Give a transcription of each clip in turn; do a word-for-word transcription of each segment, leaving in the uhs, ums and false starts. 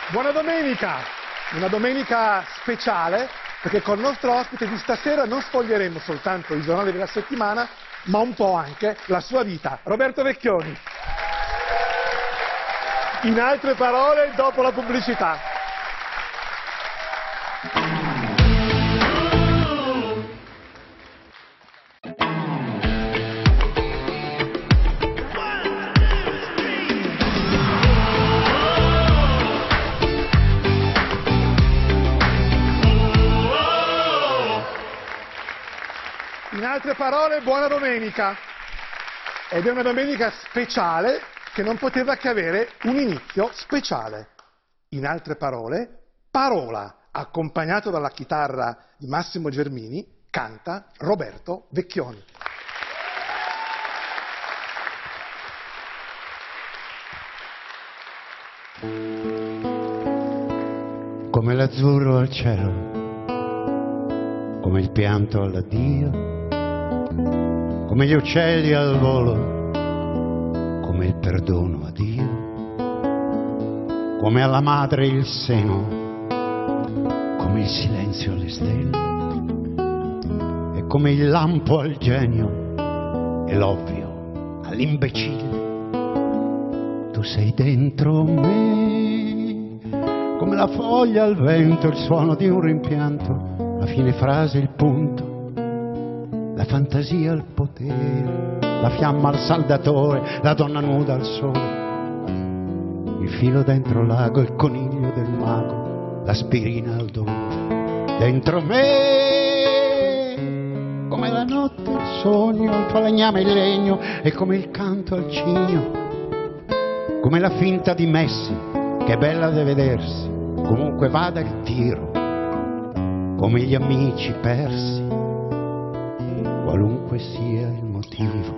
Buona domenica, una domenica speciale perché col nostro ospite di stasera non sfoglieremo soltanto i giornali della settimana, ma un po' anche la sua vita. Roberto Vecchioni. In altre parole, dopo la pubblicità. In altre parole, buona domenica. Ed è una domenica speciale che non poteva che avere un inizio speciale. In altre parole, Parola, accompagnato dalla chitarra di Massimo Germini, canta Roberto Vecchioni. Come l'azzurro al cielo, come il pianto all'addio, come gli uccelli al volo, come il perdono a Dio, come alla madre il seno, come il silenzio alle stelle, e come il lampo al genio e l'ovvio all'imbecille. Tu sei dentro me, come la foglia al vento, il suono di un rimpianto, la fine frase, il punto, la fantasia al potere, la fiamma al saldatore, la donna nuda al sole, il filo dentro l'ago, il coniglio del mago, l'aspirina al dolore. Dentro me, come la notte il sogno, il falegname il legno, e come il canto al cigno, come la finta di Messi, che bella da vedersi, comunque vada il tiro, come gli amici persi, qualunque sia il motivo.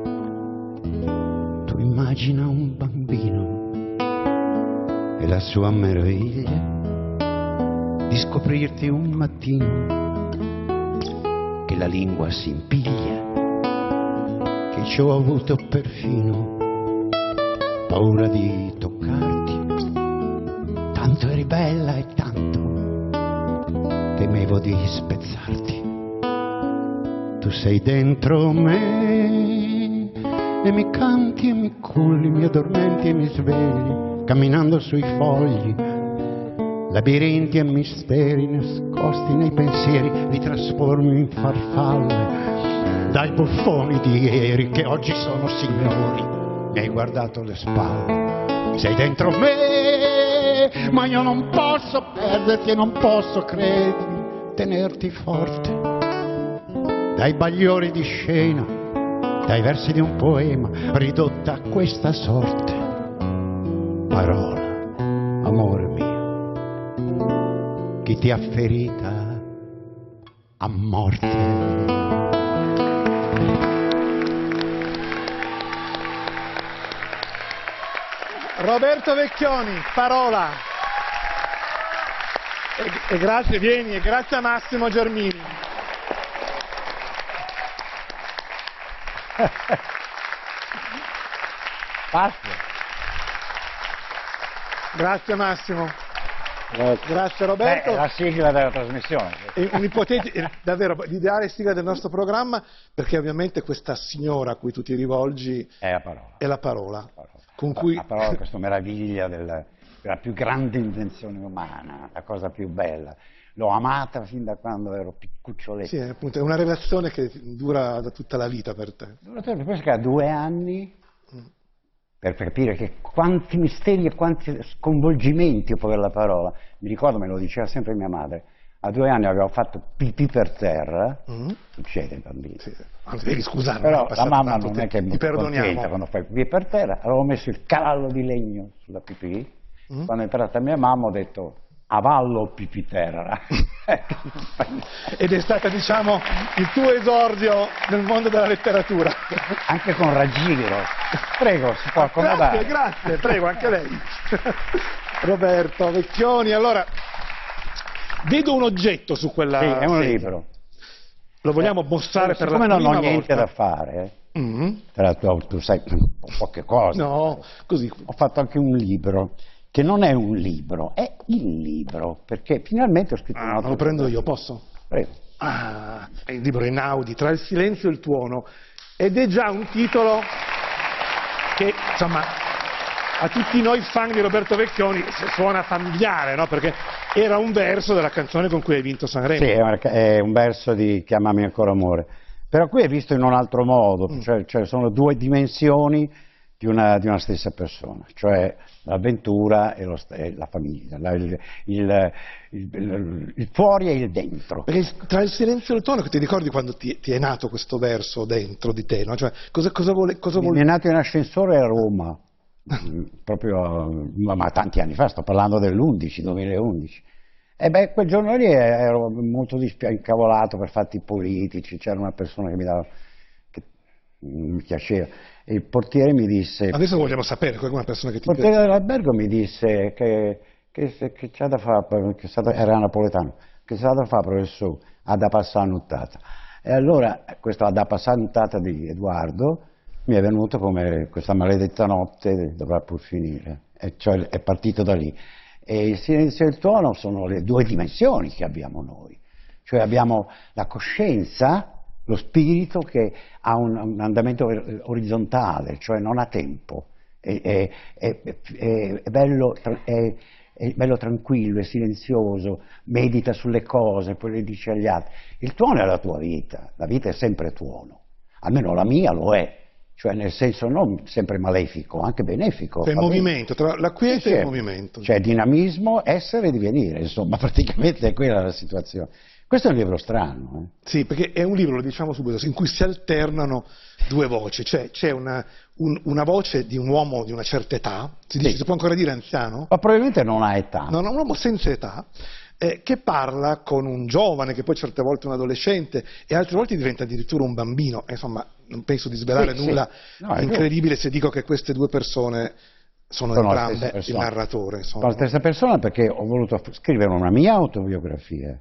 Tu immagina un bambino e la sua meraviglia di scoprirti un mattino che la lingua si impiglia, che ci ho avuto perfino paura di toccarti, tanto eri bella e tanto temevo di spezzarti. Tu sei dentro me e mi canti e mi culli, mi addormenti e mi svegli, camminando sui fogli, labirinti e misteri nascosti nei pensieri, li trasformi in farfalle, dai buffoni di ieri che oggi sono signori, mi hai guardato le spalle. Sei dentro me, ma io non posso perderti e non posso, credimi, tenerti forte. Dai bagliori di scena, dai versi di un poema, ridotta a questa sorte. Parola, amore mio, chi ti ha ferita a morte. Roberto Vecchioni, Parola. E, e grazie, vieni, e grazie a Massimo Germini. Basta. Grazie Massimo. Grazie, Grazie Roberto. Beh, è la sigla della trasmissione. È un'ipotesi, davvero, l'ideale sigla del nostro programma, perché ovviamente questa signora a cui tu ti rivolgi è la parola. È la parola. La parola. Con cui... la parola, questa meraviglia del, della più grande invenzione umana, la cosa più bella. L'ho amata fin da quando ero piccuccioletto. Sì, appunto, è una relazione che dura da tutta la vita per te. Dura per penso che ha due anni mm. per capire che quanti misteri e quanti sconvolgimenti può avere la parola. Mi ricordo, me lo diceva sempre mia madre, a due anni avevo fatto pipì per terra, mm. succede ai bambini. Sì, devi scusarmi, però la mamma non è che è molto contenta quando fai pipì per terra. Avevo messo il cavallo di legno sulla pipì, mm. quando è entrata mia mamma ho detto avallo pipiterra. Ed è stato, diciamo, il tuo esordio nel mondo della letteratura. Anche con raggiro. Prego, si può accomodare. Grazie, grazie, prego, anche lei. Roberto Vecchioni, allora, vedo un oggetto su quella Sì, è un sedia. libro. Lo vogliamo mostrare eh, per la prima volta? Come non ho niente da fare, eh? mm-hmm. Tra l'altro tu sai poche cose. No, così. Ho fatto anche un libro che non è un libro, è il libro, perché finalmente ho scritto Ah, un altro lo prendo libro. io, posso? Prego. Ah, è il libro Einaudi, Tra il silenzio e il tuono, ed è già un titolo che, insomma, a tutti noi fan di Roberto Vecchioni suona familiare, no? Perché era un verso della canzone con cui hai vinto Sanremo. Sì, è un- è un verso di Chiamami ancora amore, però qui è visto in un altro modo, Mm. cioè, cioè sono due dimensioni di una, di una stessa persona, cioè l'avventura e, lo, e la famiglia, la- il, il, il, il- il fuori e il dentro. Perché il- tra il silenzio e il tuono, che ti ricordi quando ti, ti è nato questo verso dentro di te, no? Cioè, cosa, cosa vuole... Cosa Mi vuol... è nato in ascensore a Roma, mm, proprio, ma, ma tanti anni fa, sto parlando dell'undici, duemilaundici. E beh, quel giorno lì ero molto dispia- incavolato per fatti politici, c'era una persona che mi dava, che mm, mi piaceva, e il portiere mi disse... Adesso vogliamo sapere, qualcuna persona che Il ti portiere piace. dell'albergo mi disse che, che, che c'è da fare, per- che stato, era napoletano, che c'è da fare professore, ha da passare nuttata. E allora questo ha da passare nuttata di Edoardo mi è venuto come questa maledetta notte dovrà pur finire, e cioè è partito da lì. E il silenzio e il tuono sono le due dimensioni che abbiamo noi, cioè abbiamo la coscienza, lo spirito che ha un, un andamento orizzontale, cioè non ha tempo, è, è, è, è, è, bello, è, è bello tranquillo, è silenzioso, medita sulle cose, poi le dice agli altri. Il tuono è la tua vita, la vita è sempre tuono, almeno la mia lo è, cioè nel senso non sempre malefico, anche benefico. C'è il movimento, tra la quiete Sì, e il c'è- movimento. C'è dinamismo, essere e divenire, insomma, praticamente è quella la situazione. Questo è un libro strano, eh. Sì, perché è un libro, lo diciamo subito, in cui si alternano due voci, cioè c'è una, un- una voce di un uomo di una certa età, si dice, Sì. si può ancora dire anziano? Ma probabilmente non ha età. No, no, un uomo senza età, eh, che parla con un giovane, che poi certe volte è un adolescente, e altre volte diventa addirittura un bambino. E insomma, non penso di svelare Sì, nulla sì. No, è di incredibile se dico che queste due persone sono, Sono la entrambe stessa il persona. narratore. Sono Insomma. la stessa persona perché ho voluto f- scrivere una mia autobiografia,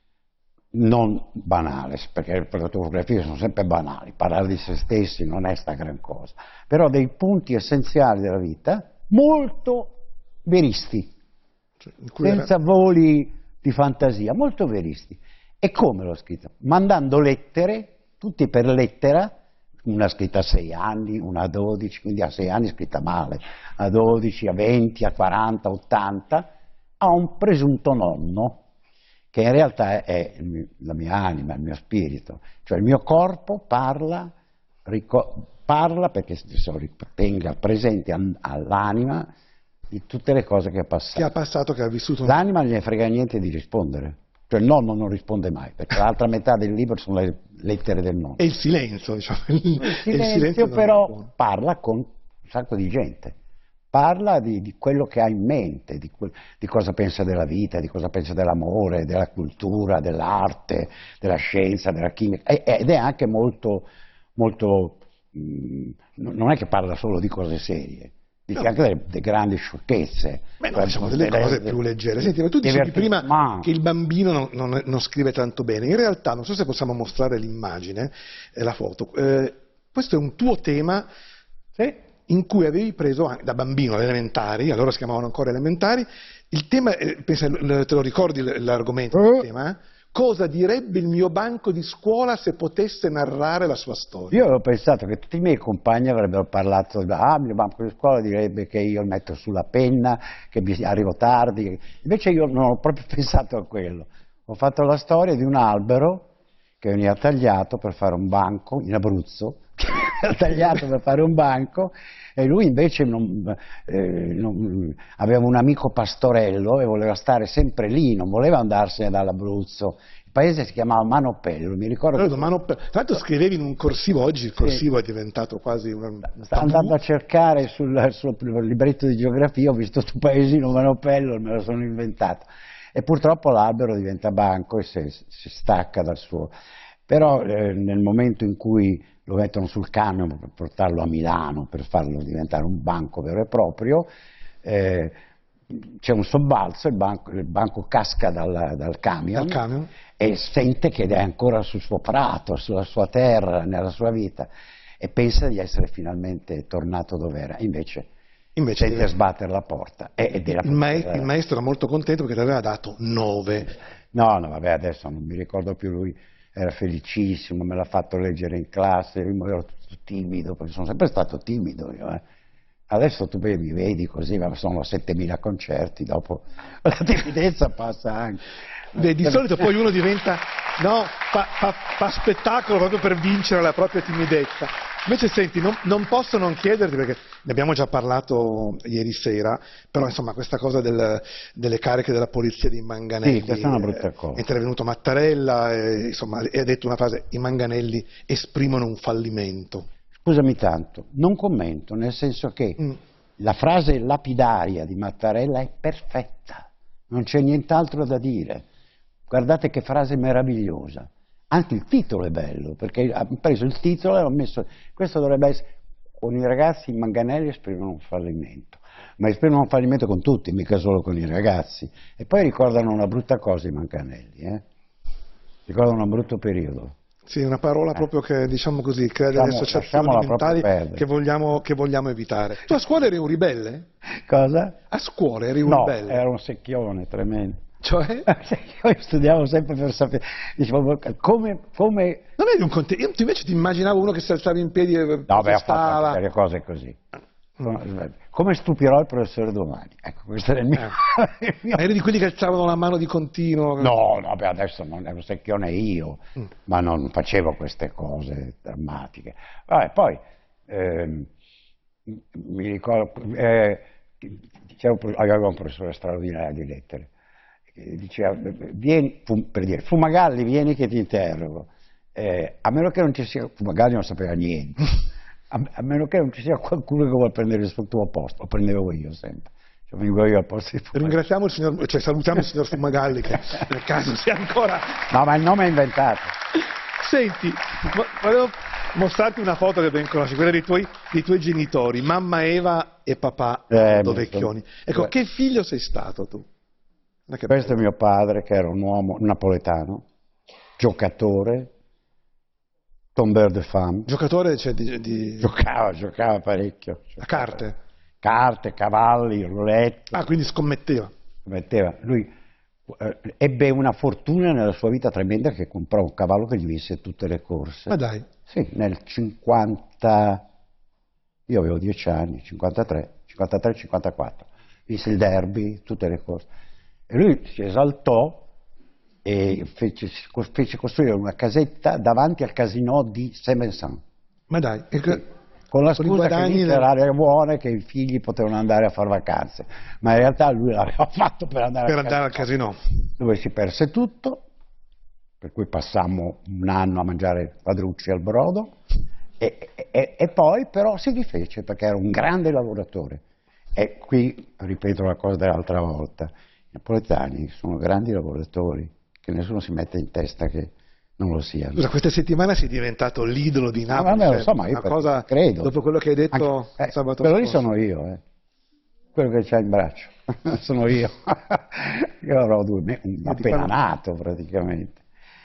non banale, perché le autobiografie sono sempre banali, parlare di se stessi non è sta gran cosa, però dei punti essenziali della vita molto veristi, Cioè, in cui era- senza voli di fantasia, molto veristi. E come l'ho scritta? Mandando lettere, tutti per lettera, una scritta a sei anni, una a dodici, quindi a sei anni scritta male, a dodici, a venti, a quaranta, a ottanta, a un presunto nonno, che in realtà è il mio- la mia anima, il mio spirito, cioè il mio corpo parla, rico- parla perché so, tenga presente an- all'anima di tutte le cose che ha passato. che ha passato, che ha vissuto. L'anima non gli frega niente di rispondere, cioè il nonno non risponde mai, perché l'altra metà del libro sono le lettere del nonno. E il silenzio, diciamo. Il, Il e silenzio non però buono. parla con un sacco di gente, parla di, di quello che ha in mente, di, que- di cosa pensa della vita, di cosa pensa dell'amore, della cultura, dell'arte, della scienza, della chimica, e- ed è anche molto, molto mh, non è che parla solo di cose serie, dice No. anche delle, delle grandi sciocchezze. Beh, no, Cioè, diciamo delle delle- cose più leggere. Senti, ma tu dicevi diverti- prima ma- che il bambino non, non- non scrive tanto bene. In realtà, non so se possiamo mostrare l'immagine e la foto. Eh, questo è un tuo tema Sì. in cui avevi preso anche, da bambino alle elementari, allora si chiamavano ancora elementari, il tema, eh, pensa, l- te lo ricordi l- l'argomento del Eh. tema? eh? Cosa direbbe il mio banco di scuola se potesse narrare la sua storia? Io avevo pensato che tutti i miei compagni avrebbero parlato, ah, il mio banco di scuola direbbe che io metto sulla penna, che mi arrivo tardi, invece io non ho proprio pensato a quello. Ho fatto la storia di un albero che veniva tagliato per fare un banco in Abruzzo, che veniva tagliato per fare un banco, e lui invece non, eh, non- aveva un amico pastorello e voleva stare sempre lì, non voleva andarsene dall'Abruzzo. Il paese si chiamava Manopello, mi ricordo. Allora, domani- tra l'altro scrivevi in un corsivo, oggi il Sì. corsivo è diventato quasi un, un Sta tabù. andando a cercare sul, sul libretto di geografia, ho visto questo paesino Manopello, me lo sono inventato. E purtroppo l'albero diventa banco e si, si stacca dal suo. Però eh, nel momento in cui lo mettono sul camion per portarlo a Milano, per farlo diventare un banco vero e proprio, eh, c'è un sobbalzo, il banco, il banco casca dal, dal camion, Dal camion. e sente che è ancora sul suo prato, sulla sua terra, nella sua vita, e pensa di essere finalmente tornato dove era. Invece Invece senza sbattere la porta. Ed era il, maestro, il maestro era molto contento perché ti aveva dato nove. No, no, vabbè, adesso non mi ricordo più, lui era felicissimo, me l'ha fatto leggere in classe, io ero tutto timido, perché sono sempre stato timido io, eh. Adesso tu mi vedi così, ma sono settemila concerti, dopo la timidezza passa anche. Beh, di solito poi uno diventa, no, fa, fa, fa spettacolo proprio per vincere la propria timidezza. Invece senti, non, non posso non chiederti, perché ne abbiamo già parlato ieri sera, però insomma questa cosa del, delle cariche della polizia di Manganelli, sì, questa è una brutta cosa. È intervenuto Mattarella e, insomma, e ha detto una frase, i Manganelli esprimono un fallimento. Scusami tanto, non commento, nel senso che mm. la frase lapidaria di Mattarella è perfetta, non c'è nient'altro da dire. Guardate che frase meravigliosa. Anche il titolo è bello, perché ha preso il titolo e ha messo... Questo dovrebbe essere... Con i ragazzi i Manganelli esprimono un fallimento, ma esprimono un fallimento con tutti, mica solo con i ragazzi. E poi ricordano una brutta cosa i Manganelli, eh? Ricordano un brutto periodo. Sì, una parola eh. proprio che, diciamo così, crea delle associazioni mentali che vogliamo, che vogliamo evitare. Tu a scuola eri un ribelle? Cosa? A scuola eri un no, ribelle? No, ero un secchione tremendo. Cioè? Io studiavo sempre per sapere, dicevo, come... come... Non eri un conte... Io invece ti immaginavo uno che si alzava in piedi e no, beh, ho fatto delle cose così. Come stupirò il professore domani? Ecco, questo era il mio... Eh. il mio... Eri di quelli che alzavano la mano di continuo? No, no, beh, adesso non ero secchione io, mm. ma non facevo queste cose drammatiche. Vabbè, poi, ehm, mi ricordo, eh, dicevo, avevo un professore straordinario di lettere, diceva, vieni, per dire, Fumagalli, vieni che ti interrogo, eh, a meno che non ci sia, Fumagalli non sapeva niente, a, a meno che non ci sia qualcuno che vuole prendere il tuo posto, lo prendevo io sempre, cioè, vengo io al posto di Fumagalli. Ringraziamo il signor, cioè salutiamo il signor Fumagalli che nel caso sia ancora... No, ma il nome è inventato. Senti, volevo mostrarti una foto che ben conosci, quella dei tuoi, dei tuoi genitori, mamma Eva e papà eh, Vecchioni. Ecco, eh. che figlio sei stato tu? Questo è mio padre, che era un uomo napoletano, giocatore, tombeur de femme. Giocatore, cioè di, di... Giocava, giocava parecchio. Giocava. A carte? Carte, cavalli, roulette. Ah, quindi scommetteva? Scommetteva. Lui eh, ebbe una fortuna nella sua vita tremenda, che comprò un cavallo che gli vinse tutte le corse. Ma dai? Sì, nel cinquanta... Io avevo dieci anni, cinquantatré, cinquantatré cinquantaquattro. Vinse il derby, tutte le corse. E lui si esaltò e fece, fece costruire una casetta davanti al casino di Saint-Vincent. Ma dai, e sì, con la scusa che lì c'era l'aria buona e che i figli potevano andare a fare vacanze, ma in realtà lui l'aveva fatto per andare, per al, andare casino, al casino, dove si perse tutto, per cui passammo un anno a mangiare padrucci al brodo, e, e, e poi però si rifece perché era un grande lavoratore. E qui ripeto la cosa dell'altra volta. I napoletani sono grandi lavoratori, che nessuno si mette in testa che non lo siano. Scusa, questa settimana sei diventato l'idolo di Napoli. Ah, vabbè, lo so, ma io una cosa, credo. Dopo quello che hai detto Anche, eh, sabato quello scorso. lì sono io, eh. Quello che c'ha in braccio, sono io. Io avrò due, un, appena parlo... nato praticamente.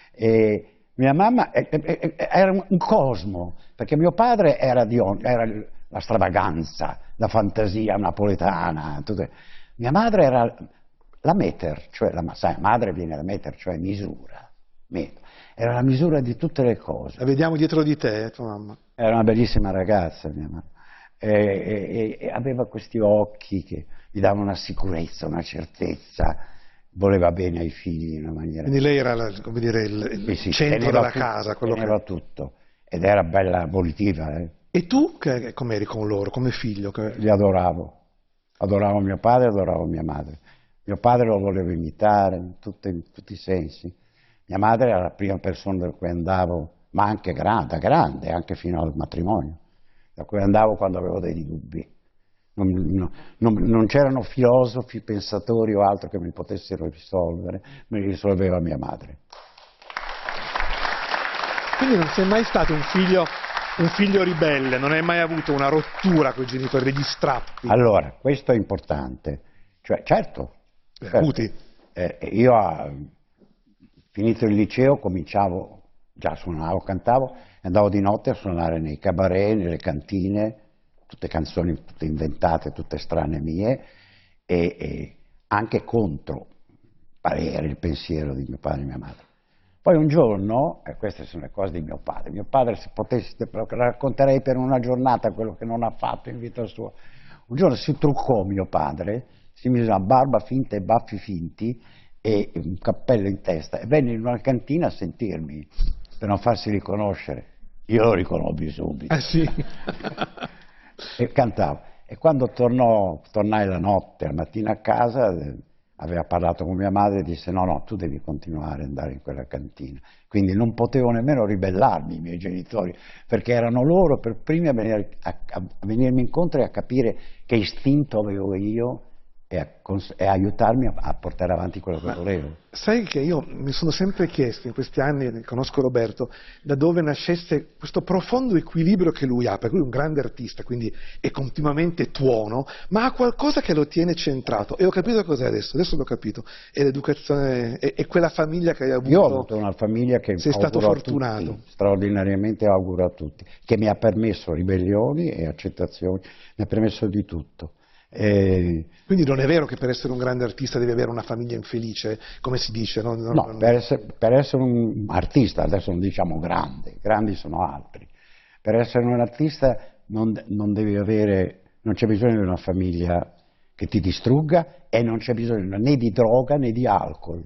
E mia mamma eh, eh, era un cosmo, perché mio padre era, di, era la stravaganza, la fantasia napoletana. Tutte. Mia madre era... la meter, cioè la sai, madre viene da meter, cioè misura, meter. Era la misura di tutte le cose. La vediamo dietro di te, tua mamma. Era una bellissima ragazza, mia mamma. E, e, e aveva questi occhi che gli davano una sicurezza, una certezza, voleva bene ai figli in una maniera... Quindi lei era, la, come dire, il, il sì, centro della tutto, casa. Quello teneva che... tutto, ed era bella volitiva. Eh. E tu, che, com'eri con loro, come figlio? Che... Li adoravo. Adoravo mio padre, adoravo mia madre. Mio padre lo volevo imitare in, tutte, in tutti i sensi. Mia madre era la prima persona da cui andavo, ma anche grande, da grande, anche fino al matrimonio, da cui andavo quando avevo dei dubbi. Non, non, non, non c'erano filosofi, pensatori o altro che mi potessero risolvere, me li risolveva mia madre. Quindi non sei mai stato un figlio, un figlio ribelle, non hai mai avuto una rottura con i genitori, degli strappi? Allora, questo è importante. Cioè, certo, certo eh, io a, finito il liceo cominciavo, già suonavo, cantavo, andavo di notte a suonare nei cabaret, nelle cantine, tutte canzoni tutte inventate, tutte strane mie, e, e anche contro il parere, il pensiero di mio padre e mia madre. Poi un giorno, e queste sono le cose di mio padre, mio padre, se potessi, racconterei per una giornata quello che non ha fatto in vita sua. Un giorno si truccò mio padre, si mise una barba finta e baffi finti e un cappello in testa e venne in una cantina a sentirmi per non farsi riconoscere. Io lo riconobbi subito. Ah sì? E cantavo. E quando tornò, tornai la notte, la mattina a casa, aveva parlato con mia madre e disse no, no, tu devi continuare ad andare in quella cantina. Quindi non potevo nemmeno ribellarmi i miei genitori, perché erano loro per primi a, venire, a, a venirmi incontro e a capire che istinto avevo io e a, e a aiutarmi a, a portare avanti quello che Ma volevo. sai che io mi sono sempre chiesto in questi anni, conosco Roberto, da dove nascesse questo profondo equilibrio che lui ha, perché lui è un grande artista, quindi è continuamente tuono, ma ha qualcosa che lo tiene centrato. E ho capito cos'è adesso, adesso l'ho capito, è l'educazione, è, è quella famiglia che hai avuto. Io ho avuto una famiglia che sei stato fortunato. Tutti, straordinariamente auguro a tutti, che mi ha permesso ribellioni e accettazioni, mi ha permesso di tutto. E... Quindi non è vero che per essere un grande artista devi avere una famiglia infelice, come si dice? No, no, no no. Per, essere, per essere un artista, adesso non diciamo grande, grandi sono altri, per essere un artista non, non devi avere, non c'è bisogno di una famiglia che ti distrugga e non c'è bisogno né di droga né di alcol,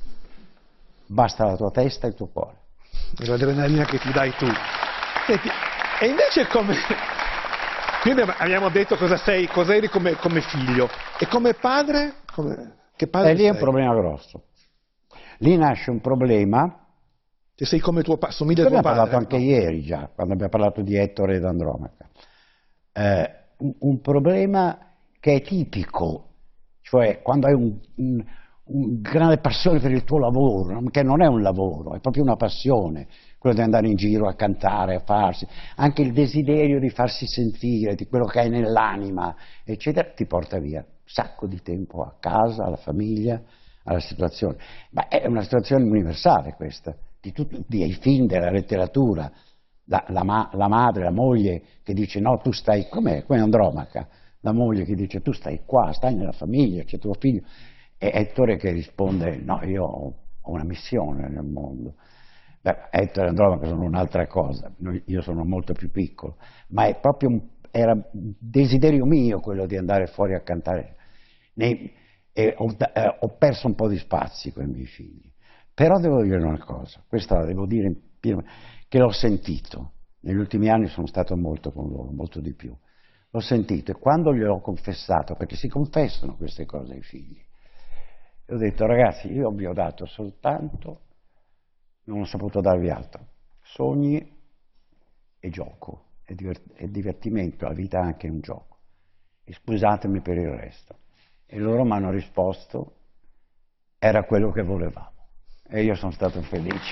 basta la tua testa e il tuo cuore. E l'adrenalina che ti dai tu. Senti, e invece come... Quindi abbiamo detto cosa sei, cosa eri come, come figlio. E come padre? Come, che padre E lì sei? è un problema grosso. Lì nasce un problema. Che sei come tuo padre, somiglia a tuo padre. Abbiamo parlato anche no? ieri già, quando abbiamo parlato di Ettore ed Andromaca. Eh, un, un problema che è tipico, cioè quando hai un, un, un grande passione per il tuo lavoro, che non è un lavoro, è proprio una passione. Quello di andare in giro a cantare, a farsi, anche il desiderio di farsi sentire, di quello che hai nell'anima, eccetera, ti porta via un sacco di tempo a casa, alla famiglia, alla situazione. Ma è una situazione universale questa, di tutti i film, della letteratura, la, la, ma, la madre, la moglie che dice no, tu stai, com'è, come Andromaca, la moglie che dice tu stai qua, stai nella famiglia, c'è tuo figlio, e Ettore che risponde no, io ho una missione nel mondo. Beh, Ettore e Andromaca sono un'altra cosa, io sono molto più piccolo, ma è proprio un, era un desiderio mio quello di andare fuori a cantare. Ne, e ho, eh, ho perso un po' di spazi con i miei figli, però devo dire una cosa, questa la devo dire in pieno, che l'ho sentito, negli ultimi anni sono stato molto con loro, molto di più, l'ho sentito e quando gli ho confessato, perché si confessano queste cose ai figli, ho detto ragazzi io vi ho dato soltanto, non ho saputo darvi altro, sogni e gioco, e, divert e divertimento, la vita è anche un gioco, e scusatemi per il resto. E loro mi hanno risposto, era quello che volevamo, e io sono stato felice.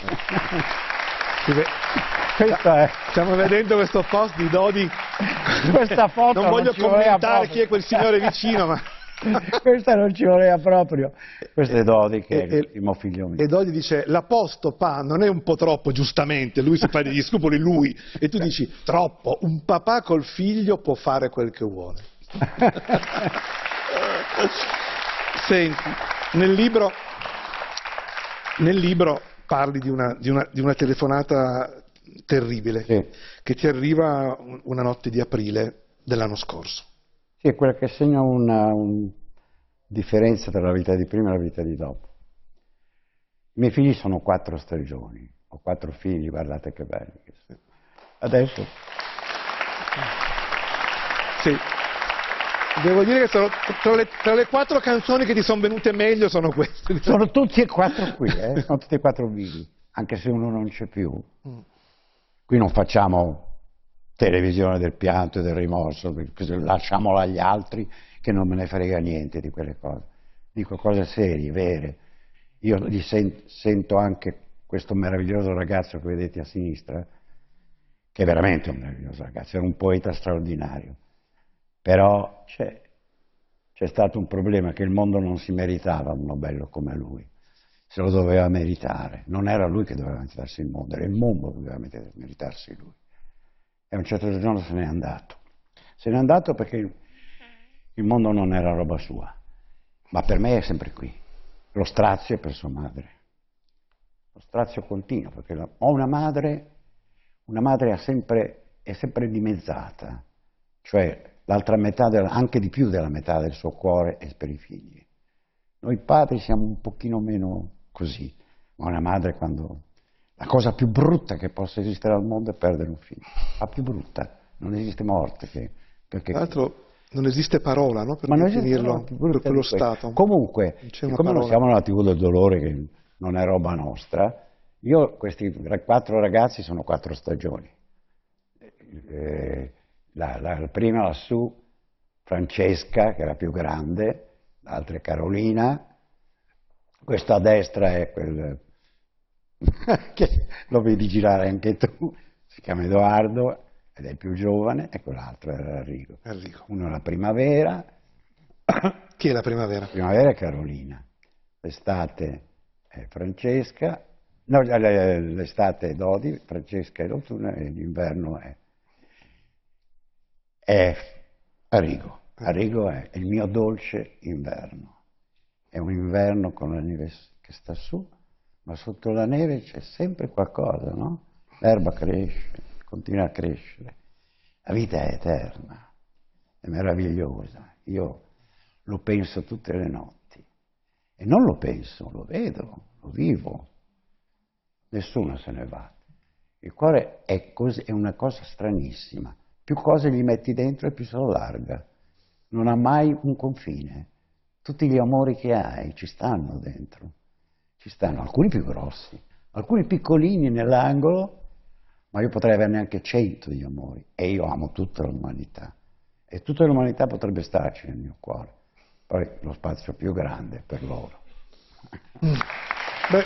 È... Stiamo vedendo questo post di Dodi, questa foto non voglio non commentare chi è quel signore vicino, ma... Questa non ci voleva proprio. Questo è Dodi che e, è il primo figlio mio. E Dodi dice l'aposto pa non è un po' troppo, giustamente, lui si fa degli scrupoli lui e tu dici troppo, un papà col figlio può fare quel che vuole. Senti, nel libro nel libro parli di una, di una, di una telefonata terribile sì. che ti arriva una notte di aprile dell'anno scorso. Sì, è quella che segna una, una differenza tra la vita di prima e la vita di dopo. I miei figli sono quattro stagioni, ho quattro figli, guardate che belli. Adesso... Sì, devo dire che sono, tra, le, tra le quattro canzoni che ti sono venute meglio sono queste. Sono tutti e quattro qui, eh? Sono tutti e quattro vivi, anche se uno non c'è più. Qui non facciamo... televisione del pianto e del rimorso, lasciamola agli altri che non me ne frega niente di quelle cose. Dico cose serie, vere. Io gli sen sento anche questo meraviglioso ragazzo che vedete a sinistra, che è veramente un meraviglioso ragazzo, era un poeta straordinario. Però c'è stato un problema, che il mondo non si meritava uno bello come lui. Se lo doveva meritare. Non era lui che doveva meritarsi il mondo, era il mondo che doveva meritarsi lui. E a un certo giorno se n'è andato. Se n'è andato perché il mondo non era roba sua, ma per me è sempre qui. Lo strazio è per sua madre. Lo strazio continuo, perché la, ho una madre, una madre ha sempre, è sempre dimezzata, cioè l'altra metà, della, anche di più della metà del suo cuore è per i figli. Noi padri siamo un pochino meno così, ma una madre quando... La cosa più brutta che possa esistere al mondo è perdere un figlio, la più brutta, non esiste morte. Che, perché... Tra l'altro non esiste parola, no? Per ma non definirlo, per quello stato. Comunque, siccome non siamo nella tivù del dolore, che non è roba nostra, io questi quattro ragazzi sono quattro stagioni. Eh, la, la, la prima lassù, Francesca, che è la più grande, l'altra è Carolina, questo a destra è quel... che lo vedi girare anche tu, si chiama Edoardo ed è il più giovane, e quell'altro era Arrigo. Arrigo. Uno è la primavera. Chi è la primavera? La primavera è Carolina, l'estate è Francesca, no, l'estate è Dodi, Francesca è l'autunno e l'inverno è, è Arrigo. Arrigo è il mio dolce inverno, è un inverno con la neve che sta su, ma sotto la neve c'è sempre qualcosa, no? L'erba cresce, continua a crescere. La vita è eterna, è meravigliosa. Io lo penso tutte le notti. E non lo penso, lo vedo, lo vivo. Nessuno se ne va. Il cuore è, così, è una cosa stranissima. Più cose gli metti dentro e più se lo allarga. Non ha mai un confine. Tutti gli amori che hai ci stanno dentro. Ci stanno alcuni più grossi, alcuni piccolini nell'angolo, ma io potrei averne anche cento di amori, e io amo tutta l'umanità, e tutta l'umanità potrebbe starci nel mio cuore, poi lo spazio più grande per loro. Mm. Beh,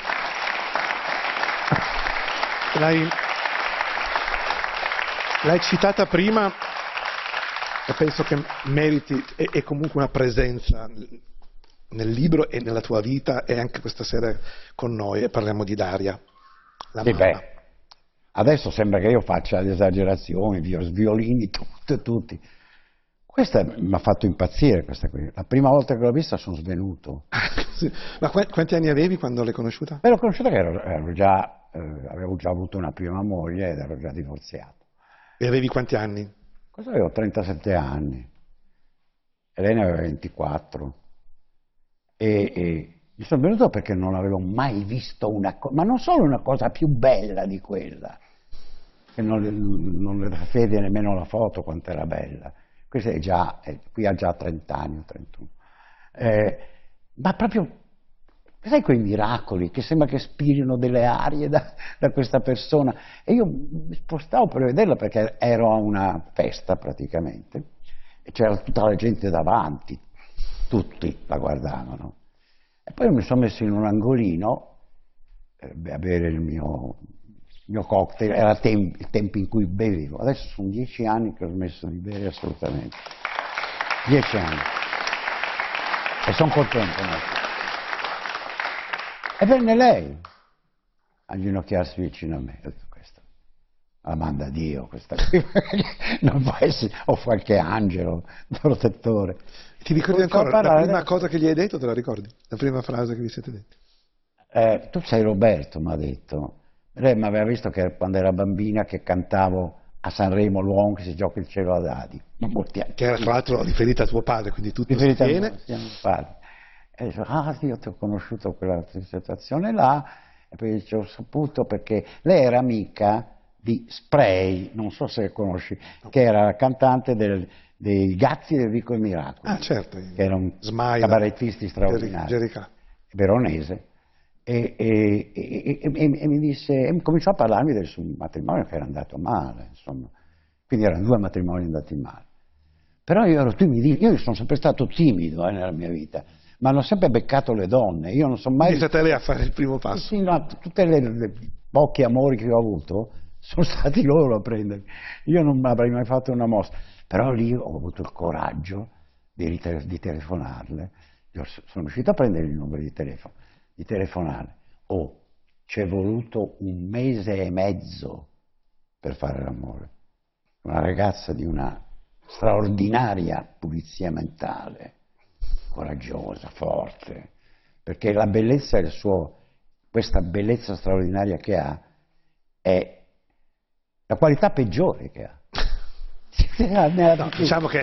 l'hai, l'hai citata prima e penso che meriti, è, è comunque una presenza nel libro e nella tua vita, e anche questa sera con noi, e parliamo di Daria, la sì, mamma. beh, adesso sembra che io faccia le esagerazioni, violini, tutti, tutti. Questa mi ha fatto impazzire, questa qui. La prima volta che l'ho vista sono svenuto. Sì. Ma qu quanti anni avevi quando l'hai conosciuta? Beh, l'ho conosciuta che ero, ero già, eh, avevo già avuto una prima moglie ed ero già divorziato. E avevi quanti anni? Cosa avevo? trentasette anni. Elena aveva ventiquattro. E, e mi sono venuto perché non avevo mai visto una cosa, ma non solo una cosa più bella di quella, che non, non le vede nemmeno la foto quanto era bella. Questa è già, è, qui ha già trenta anni o trentuno. Eh, ma proprio, sai quei miracoli che sembra che spirino delle arie da, da questa persona? E io mi spostavo per vederla perché ero a una festa praticamente, e c'era tutta la gente davanti, tutti la guardavano. E poi mi sono messo in un angolino eh, a bere il mio, il mio cocktail, era tem il tempo in cui bevevo. Adesso sono dieci anni che ho smesso di bere assolutamente. Dieci anni. E sono contento. No? E venne lei a ginocchiarsi vicino a me. Ho detto, questa la manda Dio, questa qui. Non può essere, o qualche angelo protettore. Ti ricordi ancora la prima cosa che gli hai detto? Te la ricordi? La prima frase che vi siete detti? Eh, tu sei Roberto, mi ha detto. Lei mi aveva visto che quando era bambina che cantavo a Sanremo l'uomo che si gioca il cielo ad Adi. Che era tra l'altro riferita a tuo padre, quindi tutto riferita si tiene. A mio padre. E dicevo, ah io ti ho conosciuto quella situazione là, e poi dice, ho saputo perché lei era amica di Spray, non so se conosci, no. Che era la cantante del, dei Gazzi del Vico e Miracoli. Ah certo. Che era un Smaila, cabarettisti straordinario. Gerica. Veronese. E, e, e, e, e mi disse, e cominciò a parlarmi del suo matrimonio che era andato male, insomma. Quindi erano due matrimoni andati male. Però io ero timido, io sono sempre stato timido eh, nella mia vita, ma hanno sempre beccato le donne, io non sono mai... Quindi è stata lei a fare il primo passo. Sì, no, tutte le, le pochi amori che ho avuto sono stati loro a prendermi, io non avrei mai fatto una mossa, però lì ho avuto il coraggio di, di telefonarle, io sono riuscito a prendere il numero di telefono, di telefonare, oh, ci è voluto un mese e mezzo per fare l'amore, una ragazza di una straordinaria pulizia mentale, coraggiosa, forte, perché la bellezza è il suo, questa bellezza straordinaria che ha è la qualità peggiore che ha. No, diciamo che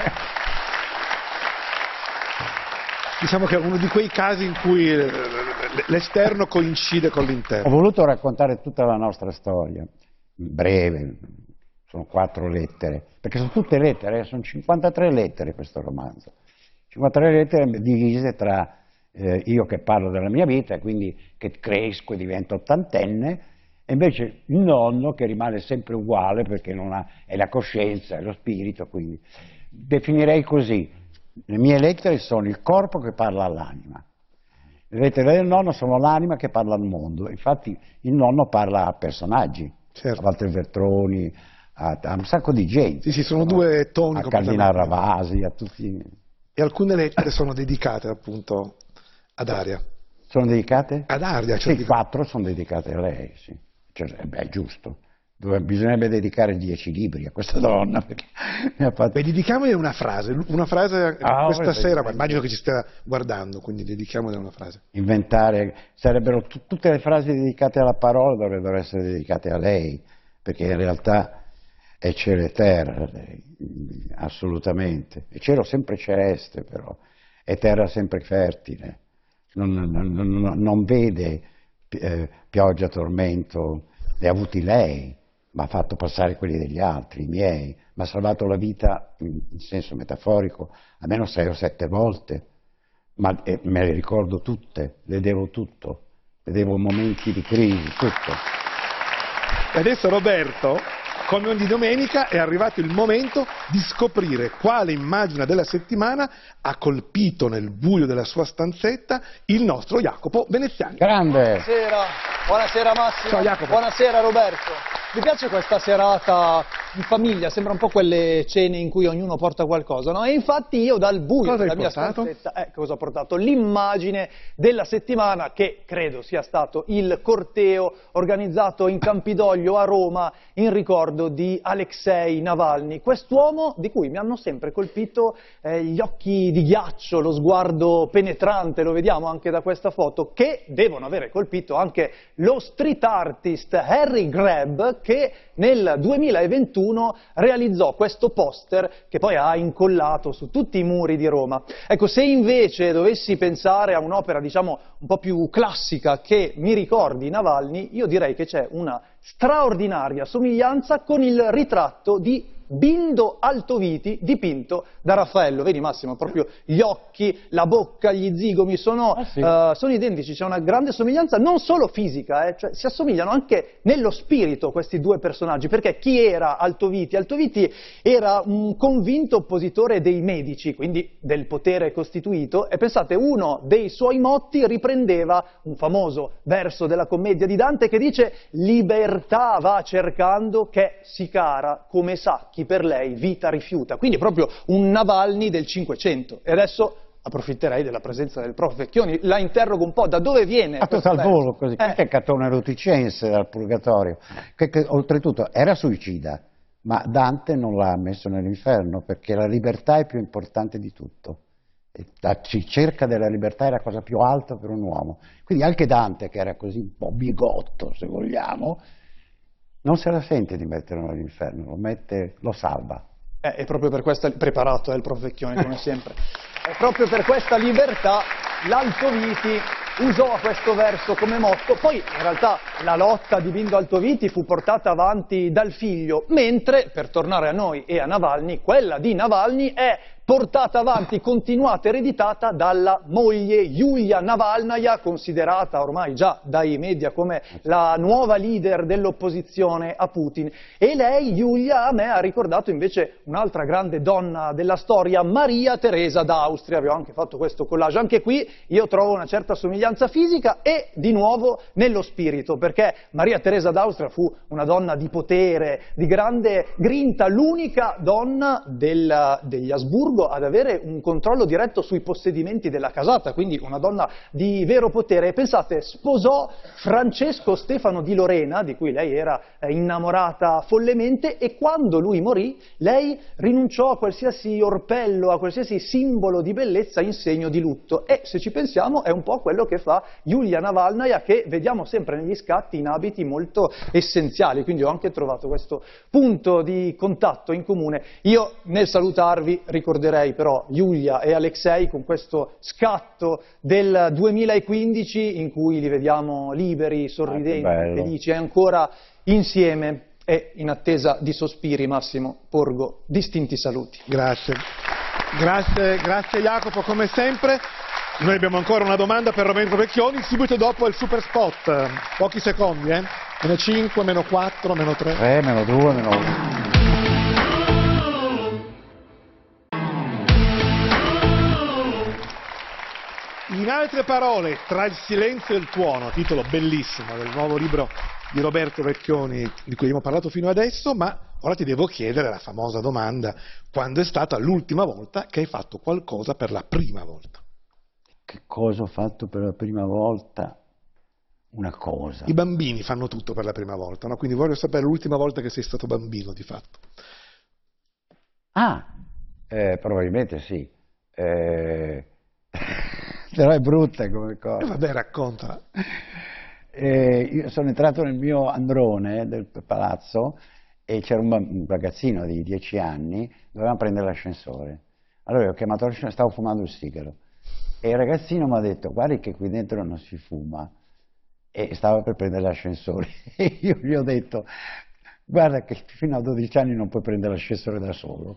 diciamo che è uno di quei casi in cui l'esterno coincide con l'interno. Ho voluto raccontare tutta la nostra storia, breve, sono quattro lettere, perché sono tutte lettere, sono cinquantatré lettere questo romanzo, cinquantatré lettere divise tra eh, io che parlo della mia vita, quindi che cresco e divento ottantenne, e invece il nonno che rimane sempre uguale perché non ha, è la coscienza, è lo spirito, quindi definirei così, le mie lettere sono il corpo che parla all'anima, le lettere del nonno sono l'anima che parla al mondo, infatti il nonno parla a personaggi, certo. A Walter Veltroni, a, a un sacco di gente. Sì, sì, sono due toni. A Cardinal Ravasi, a tutti. E alcune lettere sono dedicate appunto ad Aria. Sono dedicate? Ad Aria. Cioè sì, di... quattro sono dedicate a lei, sì. Cioè, beh, è giusto. Dove bisognerebbe dedicare dieci libri a questa donna. Perché mi ha fatto... Beh, dedichiamogli una frase, una frase ah, questa sera, ma immagino che ci stia guardando, quindi dedichiamogli una frase. Inventare, sarebbero tutte le frasi dedicate alla parola dovrebbero essere dedicate a lei, perché in realtà è cielo e terra, lei, assolutamente. È cielo sempre celeste però, è terra sempre fertile, non, non, non, non vede eh, pioggia, tormento, li ha avuti lei, ma ha fatto passare quelli degli altri, i miei, mi ha salvato la vita in, in senso metaforico almeno sei o sette volte, ma eh, me le ricordo tutte, le devo tutto, le devo momenti di crisi, tutto. E adesso Roberto, come ogni domenica, è arrivato il momento di scoprire quale immagine della settimana ha colpito nel buio della sua stanzetta il nostro Jacopo Veneziani. Grande! Buonasera, buonasera Massimo. Ciao Jacopo. Buonasera Roberto. Mi piace questa serata in famiglia, sembra un po' quelle cene in cui ognuno porta qualcosa, no? E infatti io dal buio cosa della mia portato? stanzetta, eh, cosa ho portato? L'immagine della settimana che credo sia stato il corteo organizzato in Campidoglio a Roma in ricordo di Alexei Navalny, quest'uomo di cui mi hanno sempre colpito eh, gli occhi di ghiaccio, lo sguardo penetrante, lo vediamo anche da questa foto, che devono avere colpito anche lo street artist Harry Greb, che nel duemilaventuno realizzò questo poster che poi ha incollato su tutti i muri di Roma. Ecco, se invece dovessi pensare a un'opera, diciamo, un po' più classica che mi ricordi Navalny, io direi che c'è una straordinaria somiglianza con il ritratto di Bindo Altoviti dipinto da Raffaello. Vedi Massimo, proprio gli occhi, la bocca, gli zigomi sono, ah, sì. uh, sono identici, c'è una grande somiglianza non solo fisica, eh, cioè si assomigliano anche nello spirito questi due personaggi, perché chi era Altoviti? Altoviti era un convinto oppositore dei medici, quindi del potere costituito, e pensate, uno dei suoi motti riprendeva un famoso verso della commedia di Dante che dice: libertà va cercando che si cara come sacchi per lei vita rifiuta, quindi proprio un Navalny del Cinquecento. E adesso approfitterei della presenza del prof Vecchioni, la interrogo un po' da dove viene a tutto al volo così, eh. Che è Catone Ruticense dal Purgatorio, che, che oltretutto era suicida, ma Dante non l'ha messo nell'inferno perché la libertà è più importante di tutto. E la ricerca della libertà è la cosa più alta per un uomo, quindi anche Dante, che era così un po' bigotto se vogliamo, non se la sente di metterlo all'inferno, lo mette, lo salva. Eh, è proprio per questa, preparato è eh, il prof Vecchioni come sempre, è proprio per questa libertà l'Altoviti usò questo verso come motto. Poi in realtà la lotta di Bindo Altoviti fu portata avanti dal figlio, mentre, per tornare a noi e a Navalny, quella di Navalny è portata avanti, continuata, ereditata dalla moglie Yulia Navalnaya, considerata ormai già dai media come la nuova leader dell'opposizione a Putin. E lei, Yulia, a me ha ricordato invece un'altra grande donna della storia, Maria Teresa d'Austria. Abbiamo anche fatto questo collage. Anche qui io trovo una certa somiglianza fisica e di nuovo nello spirito, perché Maria Teresa d'Austria fu una donna di potere, di grande grinta, l'unica donna del, degli Asburgo lungo ad avere un controllo diretto sui possedimenti della casata, quindi una donna di vero potere. E pensate, sposò Francesco Stefano di Lorena, di cui lei era eh, innamorata follemente, e quando lui morì, lei rinunciò a qualsiasi orpello, a qualsiasi simbolo di bellezza in segno di lutto. E se ci pensiamo è un po' quello che fa Yulia Navalnaya, che vediamo sempre negli scatti in abiti molto essenziali, quindi ho anche trovato questo punto di contatto in comune. Io nel salutarvi ricorderei però Yulia e Alexei con questo scatto del duemilaquindici in cui li vediamo liberi, sorridenti, ah, felici e ancora insieme. E in attesa di sospiri, Massimo, porgo distinti saluti. Grazie, grazie, grazie Jacopo, come sempre. Noi abbiamo ancora una domanda per Roberto Vecchioni, subito dopo il super spot, pochi secondi, eh? Meno cinque, meno quattro, meno tre. tre, meno due, meno uno. In altre parole, tra il silenzio e il tuono, titolo bellissimo del nuovo libro di Roberto Vecchioni di cui abbiamo parlato fino adesso, ma ora ti devo chiedere la famosa domanda: quando è stata l'ultima volta che hai fatto qualcosa per la prima volta? Che cosa ho fatto per la prima volta? Una cosa. I bambini fanno tutto per la prima volta, no? Quindi voglio sapere l'ultima volta che sei stato bambino, di fatto. Ah, eh, probabilmente sì. Eh... Però è brutta come cosa. E vabbè, raccontala. Eh, io sono entrato nel mio androne del palazzo e c'era un, un ragazzino di dieci anni, dovevamo prendere l'ascensore. Allora io ho chiamato l'ascensore, stavo fumando il sigaro e il ragazzino mi ha detto: guardi che qui dentro non si fuma, e stava per prendere l'ascensore e io gli ho detto: guarda che fino a dodici anni non puoi prendere l'ascensore da solo.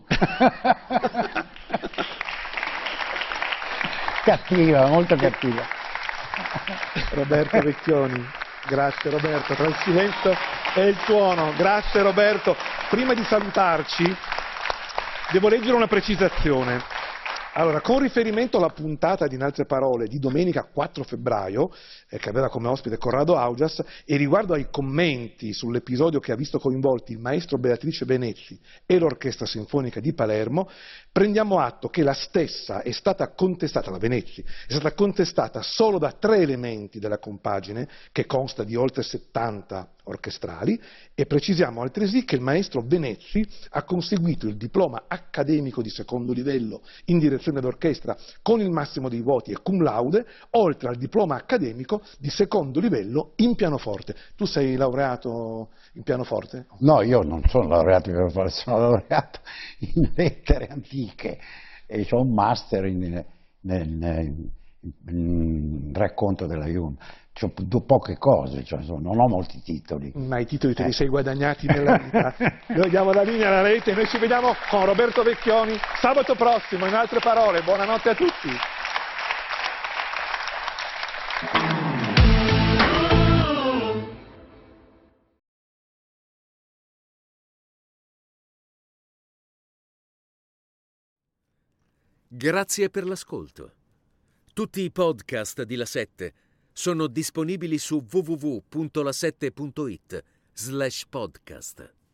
Cattiva, molto cattiva. Roberto Vecchioni, grazie Roberto, tra il silenzio e il tuono, grazie Roberto. Prima di salutarci devo leggere una precisazione. Allora, con riferimento alla puntata di In altre parole di domenica quattro febbraio, eh, che aveva come ospite Corrado Augias, e riguardo ai commenti sull'episodio che ha visto coinvolti il maestro Beatrice Venezzi e l'Orchestra Sinfonica di Palermo, prendiamo atto che la stessa è stata contestata, la Venezzi, è stata contestata solo da tre elementi della compagine, che consta di oltre settanta orchestrali, e precisiamo altresì che il maestro Venezzi ha conseguito il diploma accademico di secondo livello in direzione d'orchestra con il massimo dei voti e cum laude, oltre al diploma accademico di secondo livello in pianoforte. Tu sei laureato in pianoforte? No, io non sono laureato in pianoforte, sono laureato in lettere antiche e ho un master in, nel, nel, in racconto della Jung. C'ho poche cose, cioè, non ho molti titoli. Ma i titoli te li eh. sei guadagnati nella vita. Noi diamo la linea alla rete e noi ci vediamo con Roberto Vecchioni sabato prossimo. In altre parole, buonanotte a tutti. Grazie per l'ascolto. Tutti i podcast di La Sette sono disponibili su w w w punto la sette punto it slash podcast.